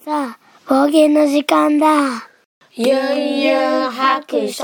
さあ、方言の時間だ。 ユンユン白書。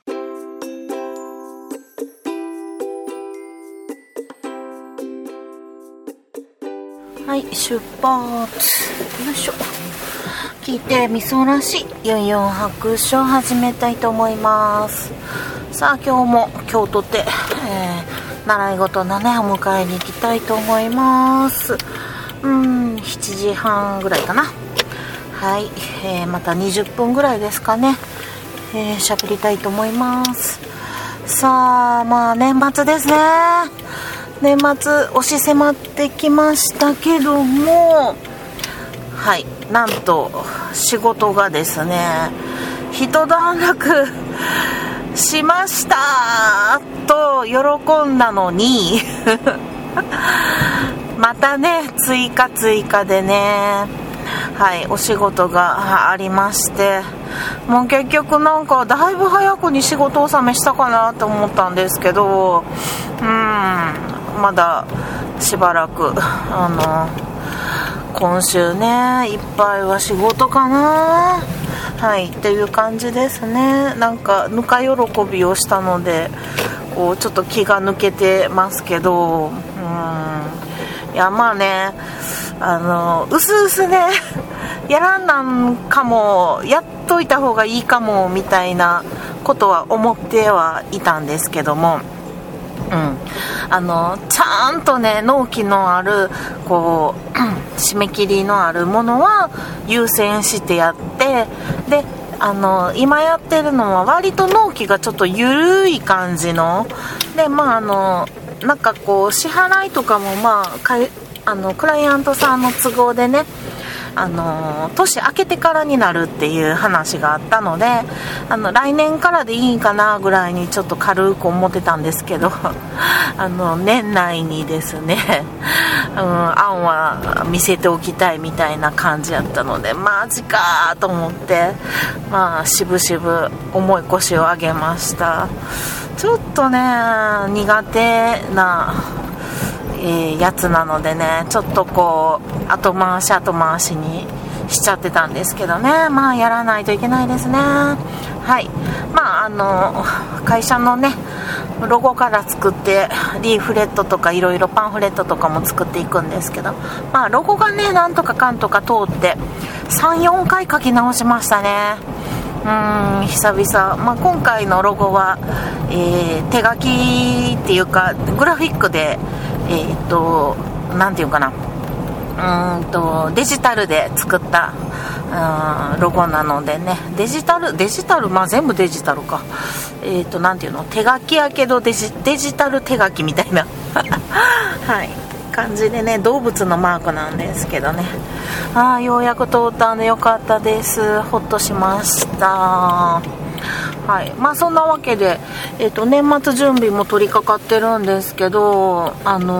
はい、出発。よいしょ。聞いてみそらしいユンユン白書を始めたいと思います。さあ、今日も今日とて、習い事のね、お迎えに行きたいと思います。7時半ぐらいかな。はい、また20分ぐらいですかね。喋りたいと思います。さあ、まあ年末ですね。年末押し迫ってきましたけども、はい、なんと仕事がですね、一段落しましたと喜んだのにまたね、追加でね、はい、お仕事がありまして、もう結局なんかだいぶ早くに仕事納めしたかなと思ったんですけど、まだしばらく今週ね、いっぱいは仕事かな、はいっていう感じですね。なんかぬか喜びをしたので、こうちょっと気が抜けてますけど、いやまあね、うすうすねやらんなんかも、やっといた方がいいかもみたいなことは思ってはいたんですけども、ちゃんとね、納期のあるこう締め切りのあるものは優先してやって、で今やってるのは割と納期がちょっと緩い感じので、なんかこう支払いとかもクライアントさんの都合でね、年明けてからになるっていう話があったので、来年からでいいかなぐらいにちょっと軽く思ってたんですけど年内にですね、案は見せておきたいみたいな感じやったので、マジかと思って、しぶしぶ重い腰を上げました。ちょっとね、苦手なやつなのでね、ちょっとこう後回しにしちゃってたんですけどね、やらないといけないですね。はい、会社のねロゴから作って、リーフレットとかいろいろパンフレットとかも作っていくんですけど、ロゴがね、なんとかかんとか通って 3,4 回書き直しましたね。久々、今回のロゴは、手書きっていうかグラフィックで、なんていうかな、デジタルで作ったロゴなのでね、デジタル、全部デジタルか、なんていうの、手書きやけどデジタル手書きみたいなはい感じでね、動物のマークなんですけどね、ようやく通ったんでよかったです。ほっとしました。はい、そんなわけで、年末準備も取り掛かってるんですけど、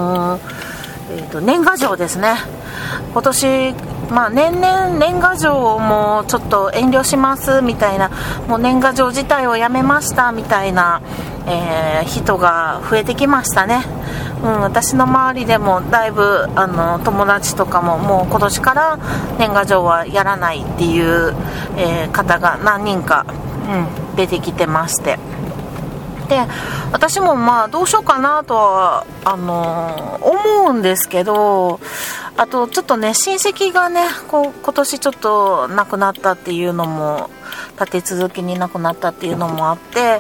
年賀状ですね。今年、年々年賀状もちょっと遠慮しますみたいな、もう年賀状自体をやめましたみたいな、人が増えてきましたね。私の周りでもだいぶ友達とかももう今年から年賀状はやらないっていう、方が何人か、出てきてまして、で私もどうしようかなとは思うんですけど、あとちょっとね、親戚がね今年ちょっと亡くなったっていうのも、立て続けに亡くなったっていうのもあって、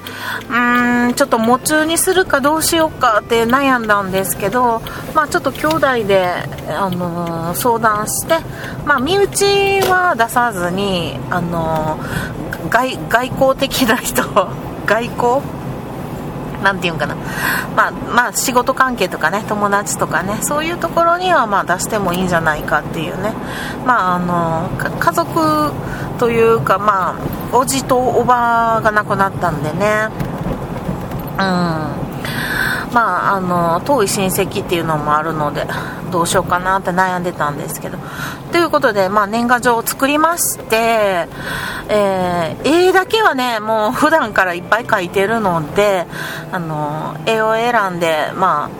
ちょっと喪中にするかどうしようかって悩んだんですけど、ちょっと兄弟で相談して、身内は出さずに外交的な人外交なんていうんかな、仕事関係とかね、友達とかね、そういうところには出してもいいんじゃないかっていうね、家族というか、おじとおばが亡くなったんでね、遠い親戚っていうのもあるので、どうしようかなって悩んでたんですけど、ということで、年賀状を作りまして、絵だけはね、もう普段からいっぱい描いてるので、絵を選んで、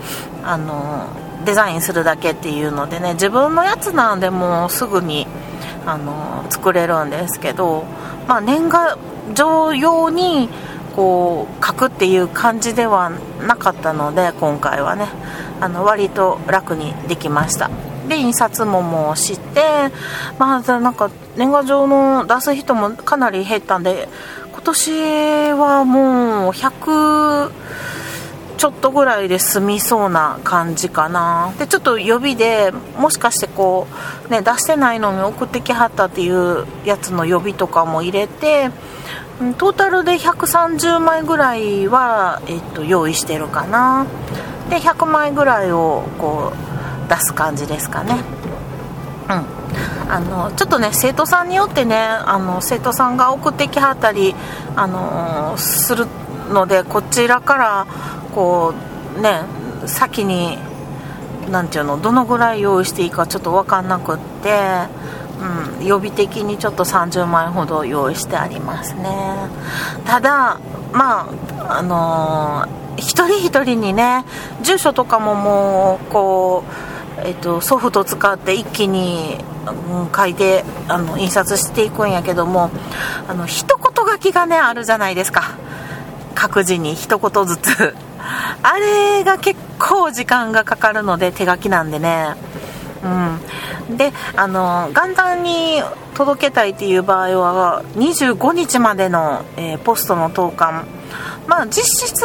デザインするだけっていうのでね、自分のやつなんでもうすぐに作れるんですけど、年賀状用にこう書くっていう感じではなかったので、今回はね割と楽にできました。で印刷ももうして、なんか年賀状の出す人もかなり減ったんで、今年はもう100ちょっとぐらいで済みそうな感じかな。でちょっと予備でもしかしてこう、出してないのに送ってきはったっていうやつの予備とかも入れて、トータルで130枚ぐらいは、用意してるかな。で100枚ぐらいをこう出す感じですかね。ちょっとね生徒さんによってね生徒さんが送ってきはったり、するので、こちらからこうね先にどのぐらい用意していいかちょっと分かんなくって、予備的にちょっと30枚ほど用意してありますね。ただ一人一人にね住所とかももうこう、ソフト使って一気に、書いて印刷していくんやけども、一言書きがねあるじゃないですか。各自に一言ずつあれが結構時間がかかるので、手書きなんでね。で元旦に届けたいっていう場合は25日までの、ポストの投函、実質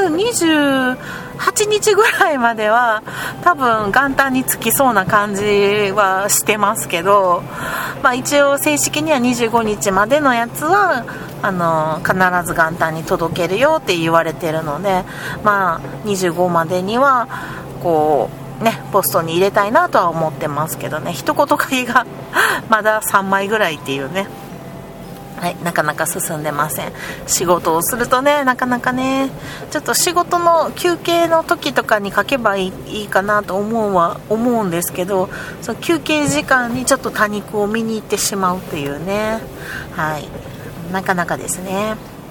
28日ぐらいまでは多分元旦につきそうな感じはしてますけど、一応正式には25日までのやつは必ず元旦に届けるよって言われてるので、25までにはこうねポストに入れたいなとは思ってますけどね。一言書きがまだ3枚ぐらいっていうね、なかなか進んでません。仕事をするとねなかなかね、ちょっと仕事の休憩の時とかに書けばいいかなと思うんですけど、その休憩時間にちょっと多肉を見に行ってしまうっていうね、なかなかですね。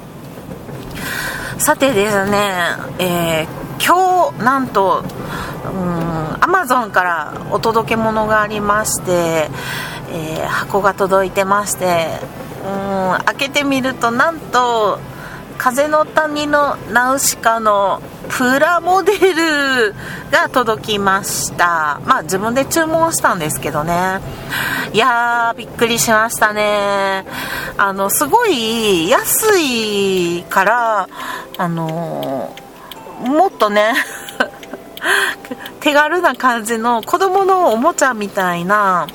さてですね、今日なんとAmazon からお届け物がありまして、箱が届いてまして、開けてみるとなんと風の谷のナウシカのプラモデルが届きました。自分で注文したんですけどね、いやーびっくりしましたね。すごい安いからもっとね手軽な感じの子供のおもちゃみたいな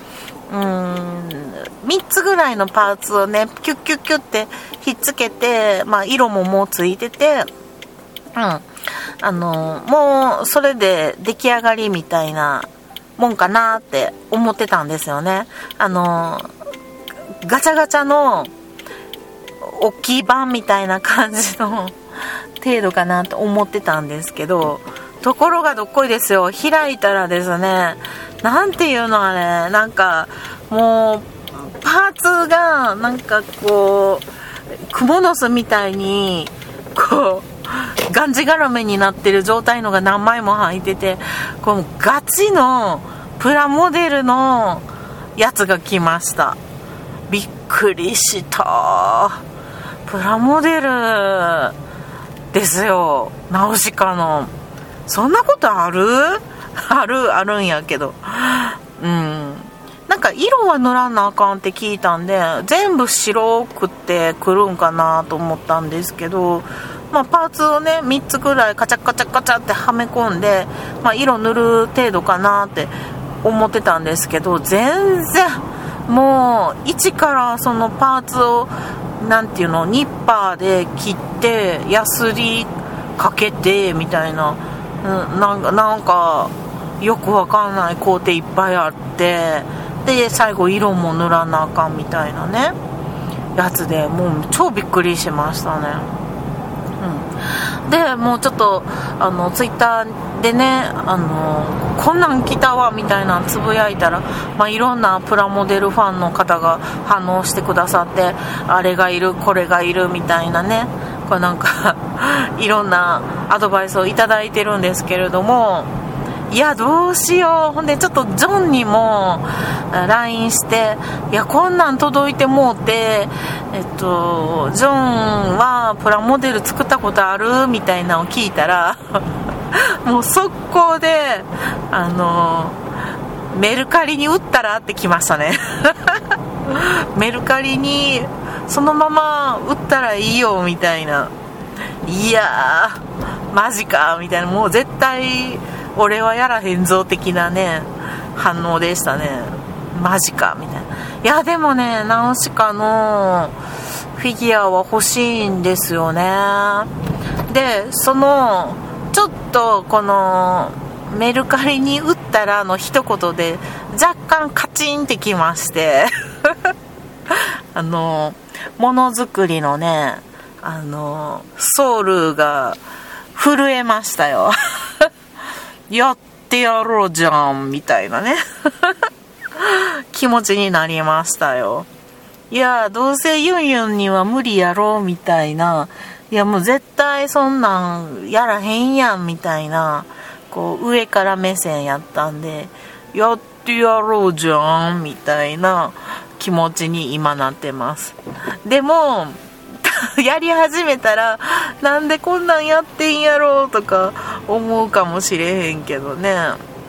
3つぐらいのパーツをねキュッキュッキュッってひっつけて、色ももうついてて、もうそれで出来上がりみたいなもんかなって思ってたんですよね。ガチャガチャの大きい版みたいな感じの程度かなと思ってたんですけど、ところがどっこいですよ。開いたらですね、なんていうのあれ、なんかもうパーツがなんかこうクモの巣みたいにこうがんじがらめになってる状態のが何枚も入ってて、このガチのプラモデルのやつが来ました。びっくりした。プラモデルですよ、ナウシカの。そんなことあるんやけど、なんか色は塗らなあかんって聞いたんで、全部白くってくるんかなと思ったんですけど、パーツをね3つぐらいカチャカチャカチャってはめ込んで、色塗る程度かなって思ってたんですけど、全然もう一からそのパーツをなんていうの、ニッパーで切ってヤスリかけてみたいな、なんかよくわかんない工程いっぱいあって、で最後色も塗らなあかんみたいなねやつで、もう超びっくりしましたね。でもうちょっとツイッターでねこんなん来たわみたいなつぶやいたら、いろんなプラモデルファンの方が反応してくださって、あれがいるこれがいるみたいなね、これなんかいろんなアドバイスをいただいてるんですけれども、いやどうしよう。ほんでちょっとジョンにも LINE して、いやこんなん届いてもうて、ジョンはプラモデル作ったことあるみたいなのを聞いたらもう速攻でメルカリに売ったらって来ましたねメルカリにそのまま売ったらいいよみたいな、いやーマジかみたいな、もう絶対俺はやらへんぞ的なね反応でしたね。マジかみたいな。いやでもね、ナウシカのフィギュアは欲しいんですよね。でちょっとこのメルカリに売ったらの一言で若干カチンってきましてものづくりのねソウルが震えましたよやってやろうじゃんみたいなね気持ちになりましたよ。いやどうせユンユンには無理やろうみたいな、いやもう絶対そんなんやらへんやんみたいな、こう上から目線やったんで、やってやろうじゃんみたいな気持ちに今なってます。でもやり始めたらなんでこんなんやってんやろうとか思うかもしれへんけどね。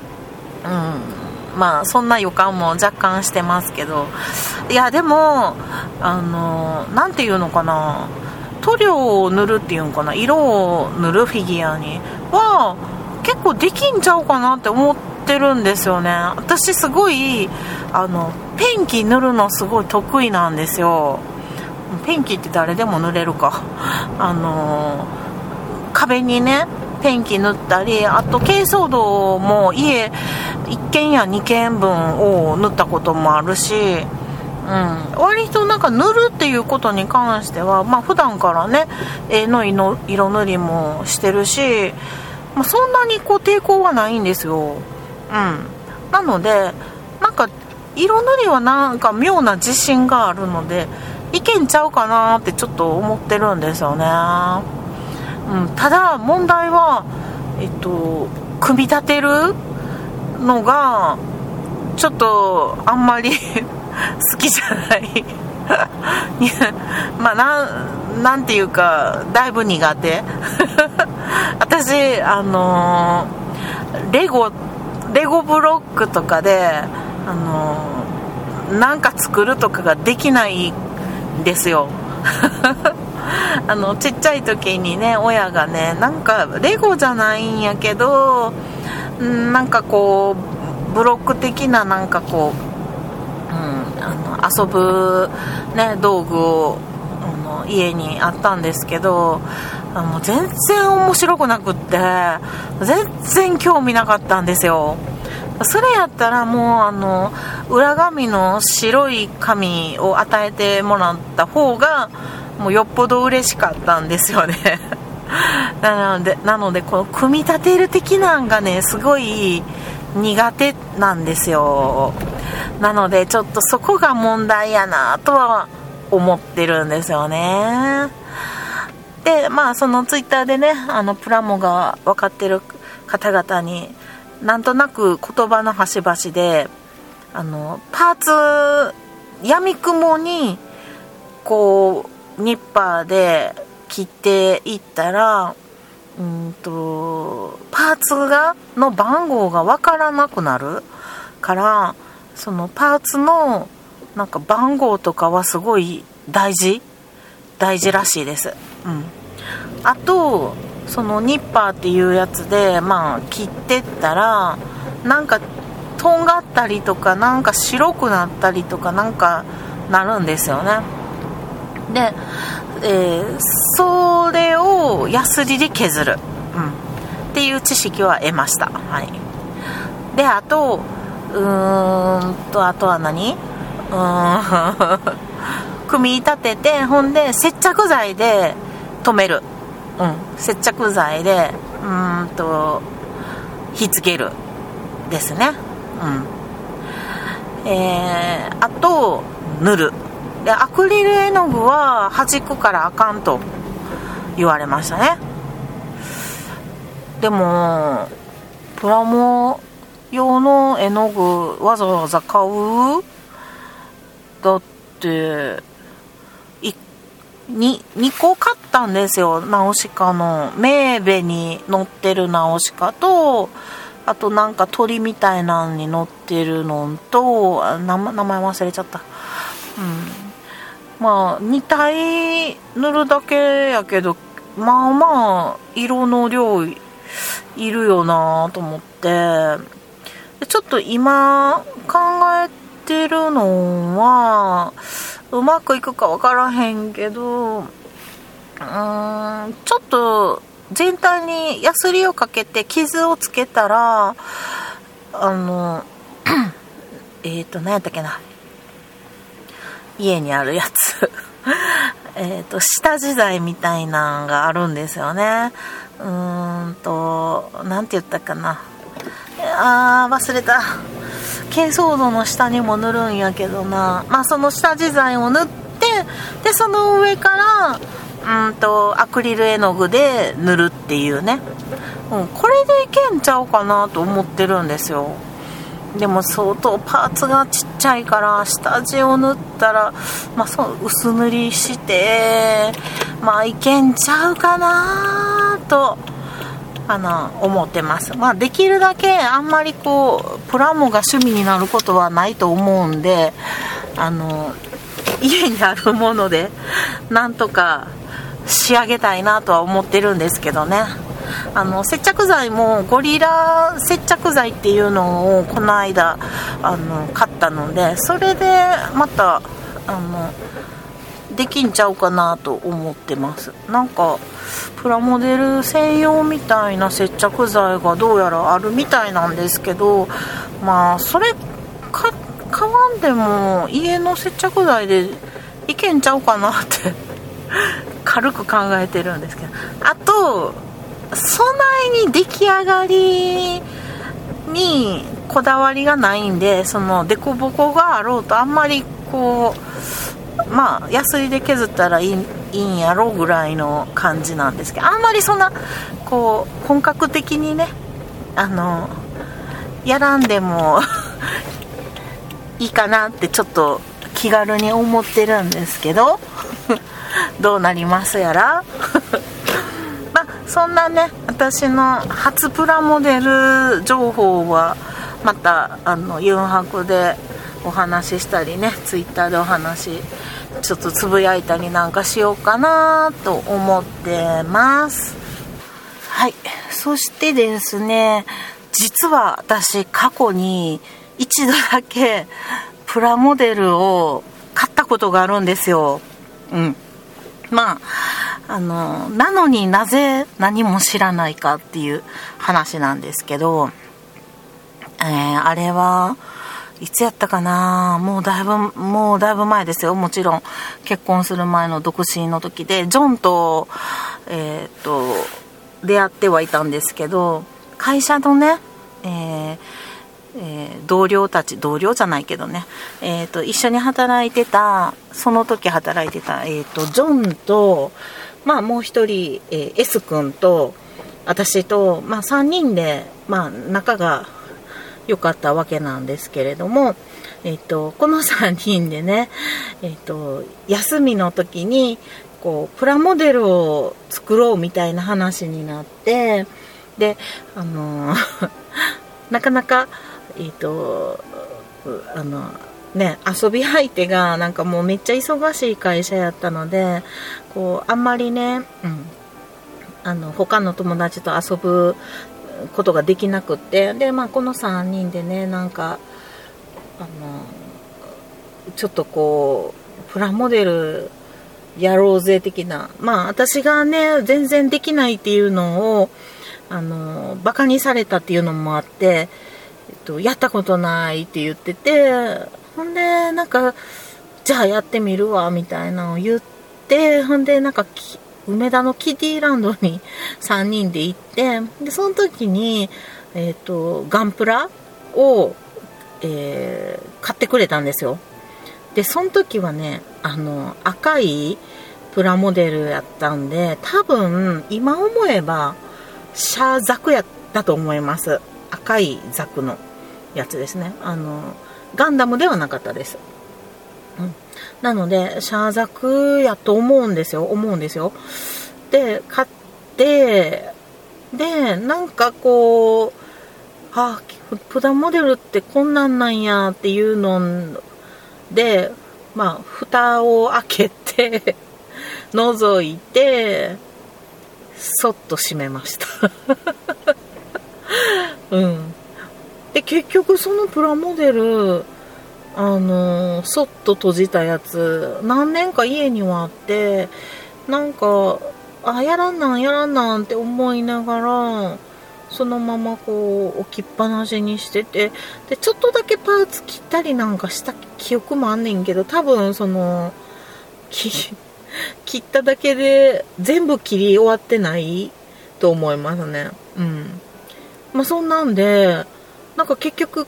まあそんな予感も若干してますけど、いやでもなんていうのかな、塗料を塗るっていうんかな、色を塗るフィギュアには結構できんちゃうかなって思ってるんですよね。私すごいペンキ塗るのすごい得意なんですよ。ペンキって誰でも塗れるか壁にねペンキ塗ったり、あと珪藻土も家1軒や2軒分を塗ったこともあるし、割となんか塗るっていうことに関しては、普段からね絵の色塗りもしてるし、そんなにこう抵抗はないんですよ。なのでなんか色塗りはなんか妙な自信があるのでいけんちゃうかなってちょっと思ってるんですよね。ただ問題は組み立てるのがちょっとあんまり好きじゃないなんていうかだいぶ苦手私レゴブロックとかでなんか作るとかができないんですよちっちゃい時にね親がねなんかレゴじゃないんやけどなんかこうブロック的ななんかこう、遊ぶね道具を家にあったんですけど、もう全然面白くなくって全然興味なかったんですよ。それやったらもう裏紙の白い紙を与えてもらった方がもうよっぽど嬉しかったんですよねなのでこの組み立てる的なんがねすごい苦手なんですよ。なのでちょっとそこが問題やなとは思ってるんですよね。でそのツイッターでねプラモが分かってる方々になんとなく言葉の端々でパーツ闇雲にこうニッパーで切っていったらパーツの番号が分からなくなるから、そのパーツのなんか番号とかはすごい大事らしいです。あとそのニッパーっていうやつで切ってったらなんかとんがったりとかなんか白くなったりとかなんかなるんですよね。で、それをヤスリで削る、っていう知識は得ました。であとは何組み立ててほんで接着剤で留める、接着剤でひっつけるですね。あと塗るでアクリル絵の具は弾くからあかんと言われましたね。でもプラモ用の絵の具わざわざ買う？だって2個買ったんですよ。ナウシカのメーベに乗ってるナウシカと、あとなんか鳥みたいなのに乗ってるのと、名前忘れちゃった。まあ2体塗るだけやけど、まあまあ色の量いるよなと思って、ちょっと今考えてるのはうまくいくか分からへんけど、ちょっと全体にヤスリをかけて傷をつけたら、何やったっけな、家にあるやつ下地剤みたいなのがあるんですよね。なんて言ったかな、忘れた。珪藻土の下にも塗るんやけどな、まあその下地剤を塗って、でその上からアクリル絵の具で塗るっていうね、これでいけんちゃうかなと思ってるんですよ。でも相当パーツがちっちゃいから、下地を塗ったら、まあそう薄塗りしてまあいけんちゃうかなと思ってます。まあできるだけあんまりこうプラモが趣味になることはないと思うんで、家にあるものでなんとか仕上げたいなとは思ってるんですけどね。接着剤もゴリラ接着剤っていうのをこの間買ったので、それでまたできんちゃうかなと思ってます。なんかプラモデル専用みたいな接着剤がどうやらあるみたいなんですけど、まあそれ買わんでも家の接着剤でいけんちゃうかなって軽く考えてるんですけど、あとそないに出来上がりにこだわりがないんで、そのデコボコがあろうとあんまりこうまあヤスリで削ったらいいんやろぐらいの感じなんですけど、あんまりそんなこう本格的にねやらんでもいいかなってちょっと気軽に思ってるんですけどどうなりますやらまあそんなね、私の初プラモデル情報はまたユンハクでお話ししたりね、ツイッターでお話ちょっとつぶやいたりなんかしようかなと思ってます。はい、そしてですね、実は私過去に一度だけプラモデルを買ったことがあるんですよ。まあなのになぜ何も知らないかっていう話なんですけど、あれはいつやったかな、もうだいぶ前ですよ。もちろん結婚する前の独身の時でジョンと出会ってはいたんですけど、会社のね、同僚じゃないけどね、一緒に働いてた、その時働いてた、ジョンと、まあもう一人、S 君と私と、まあ3人で、まあ仲が良かったわけなんですけれども、この3人でね、休みの時にこうプラモデルを作ろうみたいな話になって、でなかなか遊び相手がなんかもうめっちゃ忙しい会社やったので、こうあんまりね、他の友達と遊ぶことができなくって、でまあこの3人でね、なんかちょっとこうプラモデルやろうぜ的な、まあ私がね全然できないっていうのをバカにされたっていうのもあって、やったことないって言ってて、ほんでなんかじゃあやってみるわみたいなのを言って、ほんでなんか梅田のキティランドに3人で行って、でその時にガンプラを、買ってくれたんですよ。でその時はね赤いプラモデルやったんで、多分今思えばシャーザクやったと思います。赤いザクのやつですね。ガンダムではなかったです。なのでシャーザクやと思うんですよ。で買って、でなんかこうプラモデルってこんなんなんやっていうので、蓋を開けて覗いてそっと閉めましたで結局そのプラモデルそっと閉じたやつ何年か家にはあって、なんかやらんなんって思いながらそのままこう置きっぱなしにしてて、でちょっとだけパーツ切ったりなんかした記憶もあんねんけど、多分その切っただけで全部切り終わってないと思いますね。そんなんでなんか結局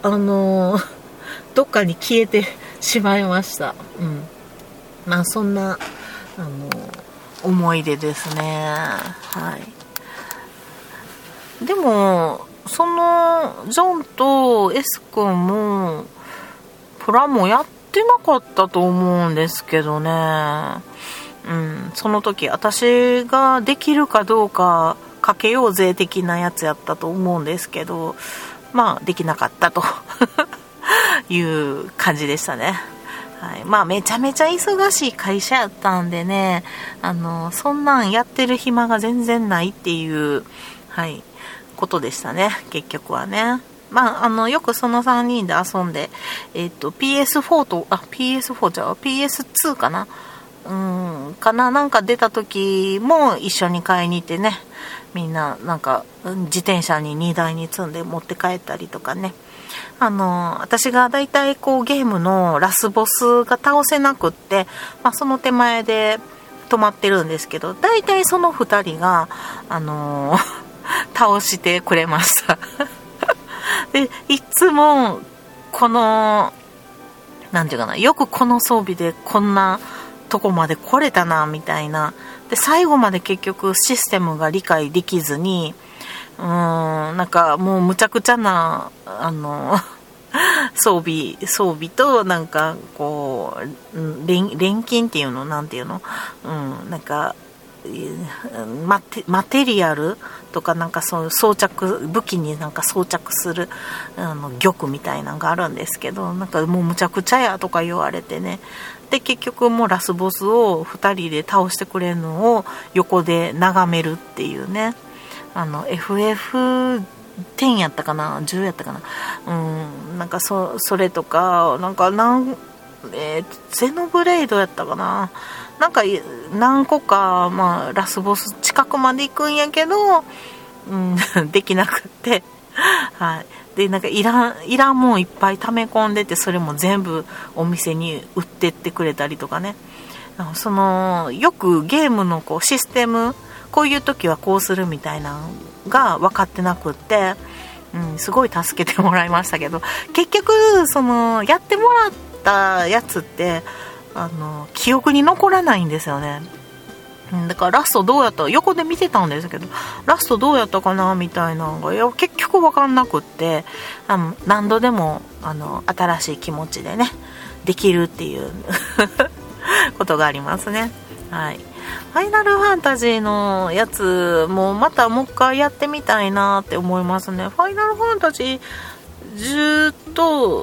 どっかに消えてしまいました。そんな思い出ですね。でもそのジョンと S 君もプラモやってなかったと思うんですけどね。その時私ができるかどうかかけようぜ的なやつやったと思うんですけど、できなかったという感じでしたね。めちゃめちゃ忙しい会社やったんでね、そんなんやってる暇が全然ないっていう、ことでしたね、結局はね。よくその3人で遊んで、PS4 と、PS4 じゃPS2 かななんか出た時も一緒に買いに行ってね、みんななんか自転車に荷台に積んで持って帰ったりとかね。私がだいたいこうゲームのラスボスが倒せなくって、その手前で止まってるんですけど、だいたいその2人が倒してくれましたでいつもこのなんていうかな、よくこの装備でこんなとこまで来れたなみたいな。で最後まで結局システムが理解できずに、なんかもうむちゃくちゃな装備となんかこう錬金っていうのなんていうの、なんかマテリアルとかなんかそう武器になんか装着する玉みたいなのがあるんですけど、なんかもうむちゃくちゃやとか言われてね。で結局もうラスボスを2人で倒してくれるのを横で眺めるっていうね。FF10 やったかな10やったかな、なんかそれとかなんかゼノブレイドやったかな、なんか何個か、ラスボス近くまで行くんやけど、できなくってでなんかいらんもんいっぱい溜め込んでて、それも全部お店に売ってってくれたりとかね。よくゲームのこうシステム、こういう時はこうするみたいなのが分かってなくって、すごい助けてもらいましたけど、結局やってもらったやつって記憶に残らないんですよね。だからラストどうやった横で見てたんですけど、ラストどうやったかなみたいなのが結局分かんなくって、何度でも新しい気持ちでねできるっていうことがありますね。ファイナルファンタジーのやつもまたもう一回やってみたいなって思いますね。ファイナルファンタジー10と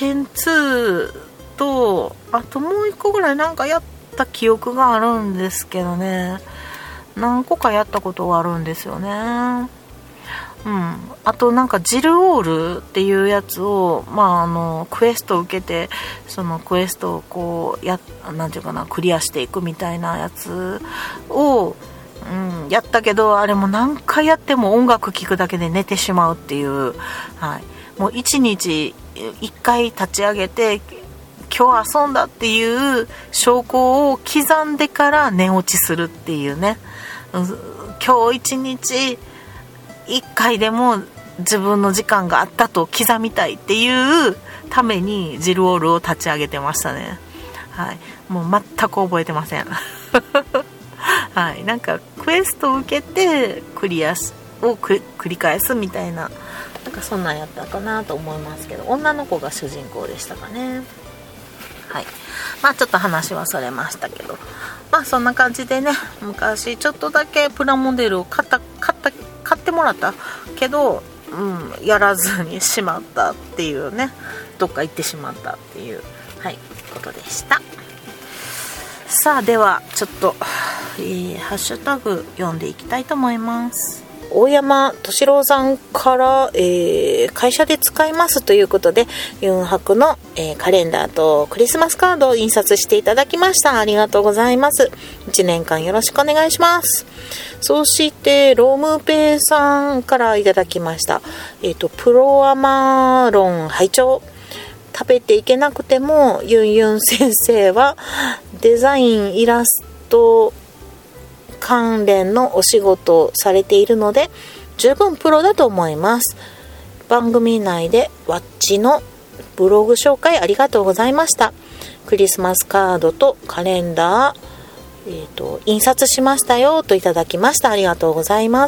10-2とあともう一個ぐらいなんかやった記憶があるんですけどね、何個かやったことがあるんですよね。あとなんかジルオールっていうやつを、クエストを受けてそのクエストをこうなんていうかなクリアしていくみたいなやつを、やったけど、あれも何回やっても音楽聴くだけで寝てしまうっていう、もう1日1回立ち上げて今日遊んだっていう証拠を刻んでから寝落ちするっていうね、今日1日1回でも自分の時間があったと刻みたいっていうためにジルオールを立ち上げてましたね。もう全く覚えてませんなんかクエストを受けてクリアを繰り返すみたいな、 なんかそんなんやったかなと思いますけど、女の子が主人公でしたかね。はい。まあちょっと話はそれましたけど、まあそんな感じでね、昔ちょっとだけプラモデルを買ってもらったけど、やらずにしまったっていうね、どっか行ってしまったっていう、はい、ことでした。さあではちょっと、ハッシュタグ読んでいきたいと思います。大山敏郎さんから、会社で使いますということでユンハクの、カレンダーとクリスマスカードを印刷していただきました。ありがとうございます。1年間よろしくお願いします。そしてロームペイさんからいただきました。プロアマロン拝聴。食べていけなくてもユンユン先生はデザインイラスト関連のお仕事をされているので十分プロだと思います。番組内でワッチのブログ紹介ありがとうございました。クリスマスカードとカレンダー、印刷しましたよといただきました。ありがとうございます。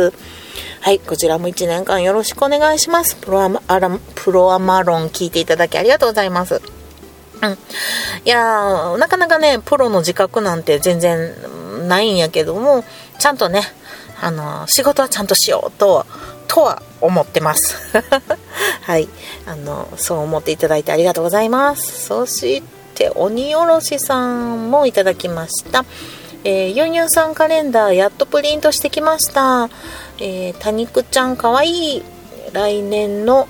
はい、こちらも1年間よろしくお願いします。プロアマロン聞いていただきありがとうございます。いやー、なかなかねプロの自覚なんて全然ないんやけども、ちゃんとね仕事はちゃんとしようとは思ってますはい、そう思っていただいてありがとうございます。そして鬼おろしさんもいただきました。ユンユンさんカレンダーやっとプリントしてきました。多肉ちゃんかわいい。来年の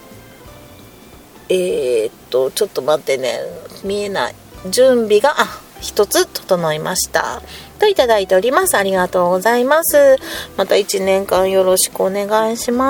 ちょっと待ってね、見えない。準備が一つ整いましたといただいております。ありがとうございます。また1年間よろしくお願いします。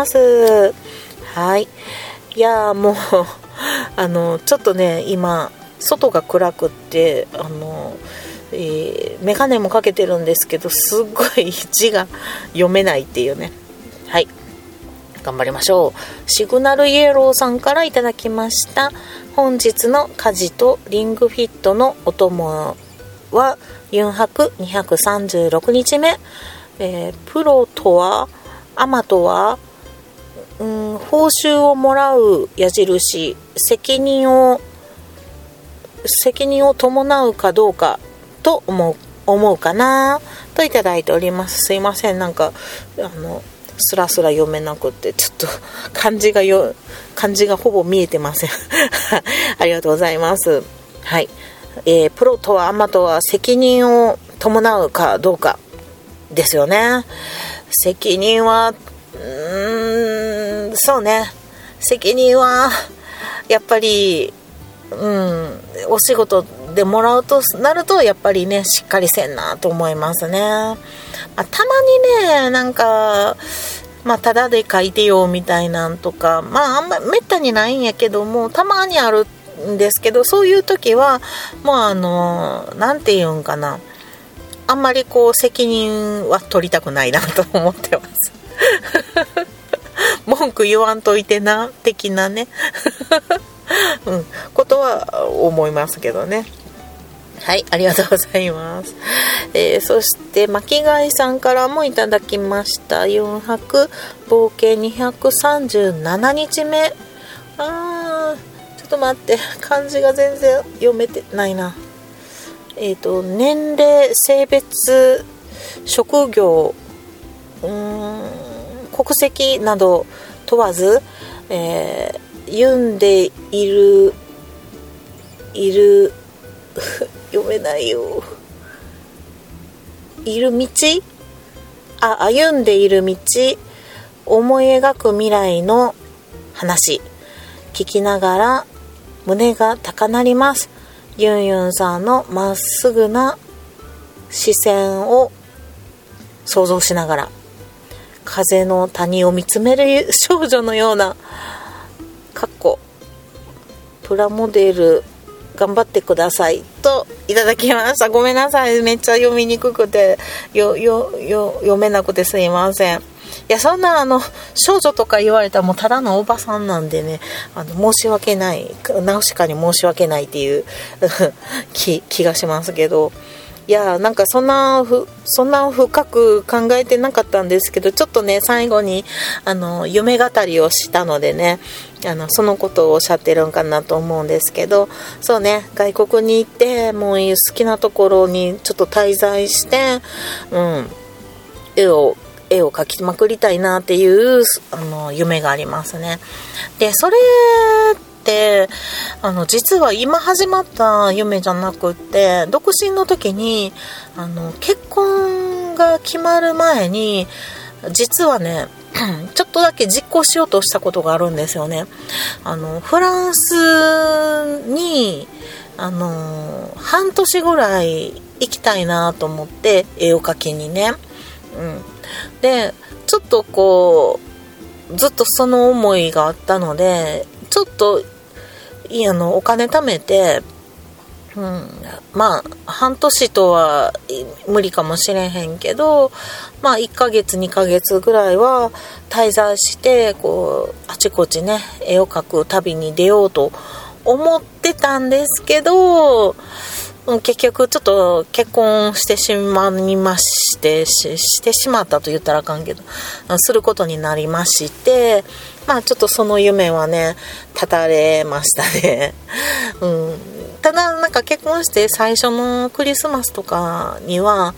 はい。いやもうちょっとね今外が暗くってメガネもかけてるんですけど、すっごい字が読めないっていうね。はい、頑張りましょう。シグナルイエローさんからいただきました。本日の家事とリングフィットのお供はユンハク236日目、プロとはアマとは、報酬をもらう矢印、責任を伴うかどうかと思うかなといただいております。すいません、なんかスラスラ読めなくてちょっと漢字がほぼ見えてませんありがとうございます。はい、プロとはアマとは責任を伴うかどうかですよね。責任はそうね、責任はやっぱりお仕事でもらうとなるとやっぱりねしっかりせんなと思いますね。たまにねなんかただで書いてよみたいなんとかあんまめったにないんやけどもたまにあるんですけど、そういう時はもうなんていうんかな、あんまり責任は取りたくないなと思ってます文句言わんといてな的なねことは思いますけどね。はい、ありがとうございます。そして巻貝さんからもいただきました。4泊合計237日目。ちょっと待って、漢字が全然読めてないな。年齢、性別、職業、国籍など問わず、読んでいる読めないよ。いる道、歩んでいる道、思い描く未来の話、聞きながら胸が高鳴ります。ユンユンさんのまっすぐな視線を想像しながら風の谷を見つめる少女のようなプラモデル頑張ってくださいといただきました。ごめんなさい、めっちゃ読みにくくて読めなくてすいません。いや、そんな少女とか言われたらもうただのおばさんなんでね、申し訳ない、ナウシカに申し訳ないっていう気がしますけど、 いやなんかそんな深く考えてなかったんですけど、ちょっとね最後に夢語りをしたのでね、そのことをおっしゃってるんかなと思うんですけど、そうね、外国に行ってもう好きなところにちょっと滞在して、絵を描きまくりたいなっていう夢がありますね。でそれって実は今始まった夢じゃなくって、独身の時に結婚が決まる前に実はねちょっとだけ実行しようとしたことがあるんですよね。フランスに半年ぐらい行きたいなと思って、絵を描きにね、でちょっとこうずっとその思いがあったので、ちょっとお金貯めて、まあ半年とは無理かもしれへんけど、まあ1ヶ月2ヶ月ぐらいは滞在して、こうあちこちね絵を描く旅に出ようと思ってたんですけど、結局ちょっと結婚してしまいましてしてしまったと言ったらあかんけど、することになりまして、まあちょっとその夢はね絶たれましたね。ただなんか結婚して最初のクリスマスとかには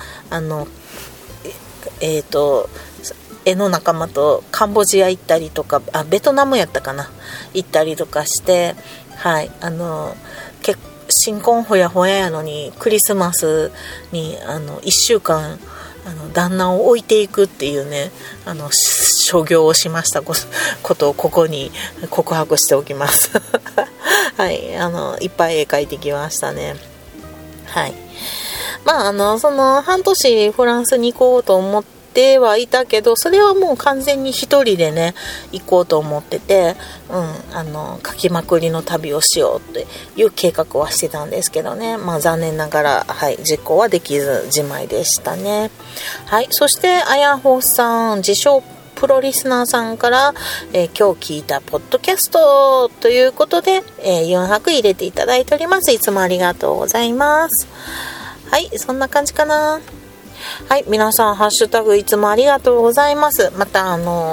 絵の仲間とカンボジア行ったりとか、ベトナムやったかな、行ったりとかして、はい、新婚ほやほややのにクリスマスに1週間旦那を置いていくっていうね所業をしましたことをここに告白しておきますはい、いっぱい絵描いてきましたね。はい、まあその半年フランスに行こうと思ってはいたけど、それはもう完全に一人でね行こうと思ってて、描きまくりの旅をしようっていう計画はしてたんですけどね、まあ残念ながら、はい、実行はできずじまいでしたね。はい、そしてあやほさん、自称プロリスナーさんから、今日聞いたポッドキャストということで、4泊入れていただいております。いつもありがとうございます。はい、そんな感じかな。はい、皆さんハッシュタグいつもありがとうございます。また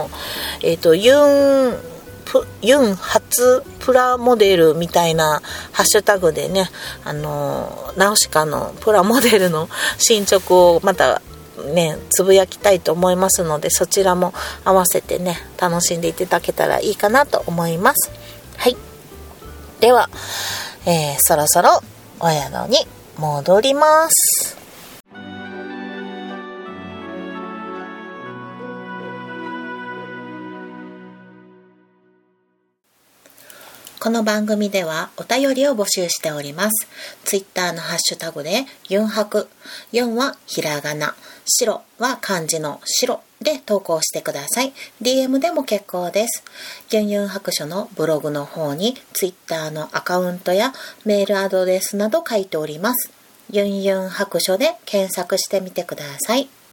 ユン初プラモデルみたいなハッシュタグでね、ナウシカのプラモデルの進捗をまたねつぶやきたいと思いますので、そちらも合わせてね楽しんでいただけたらいいかなと思います。はい、では、そろそろお宿に戻ります。この番組ではお便りを募集しております。ツイッターのハッシュタグでユンハク、4はひらがな、白は漢字の白で投稿してください。DM でも結構です。ユンユン白書のブログの方にツイッターのアカウントやメールアドレスなど書いております。ユンユン白書で検索してみてください。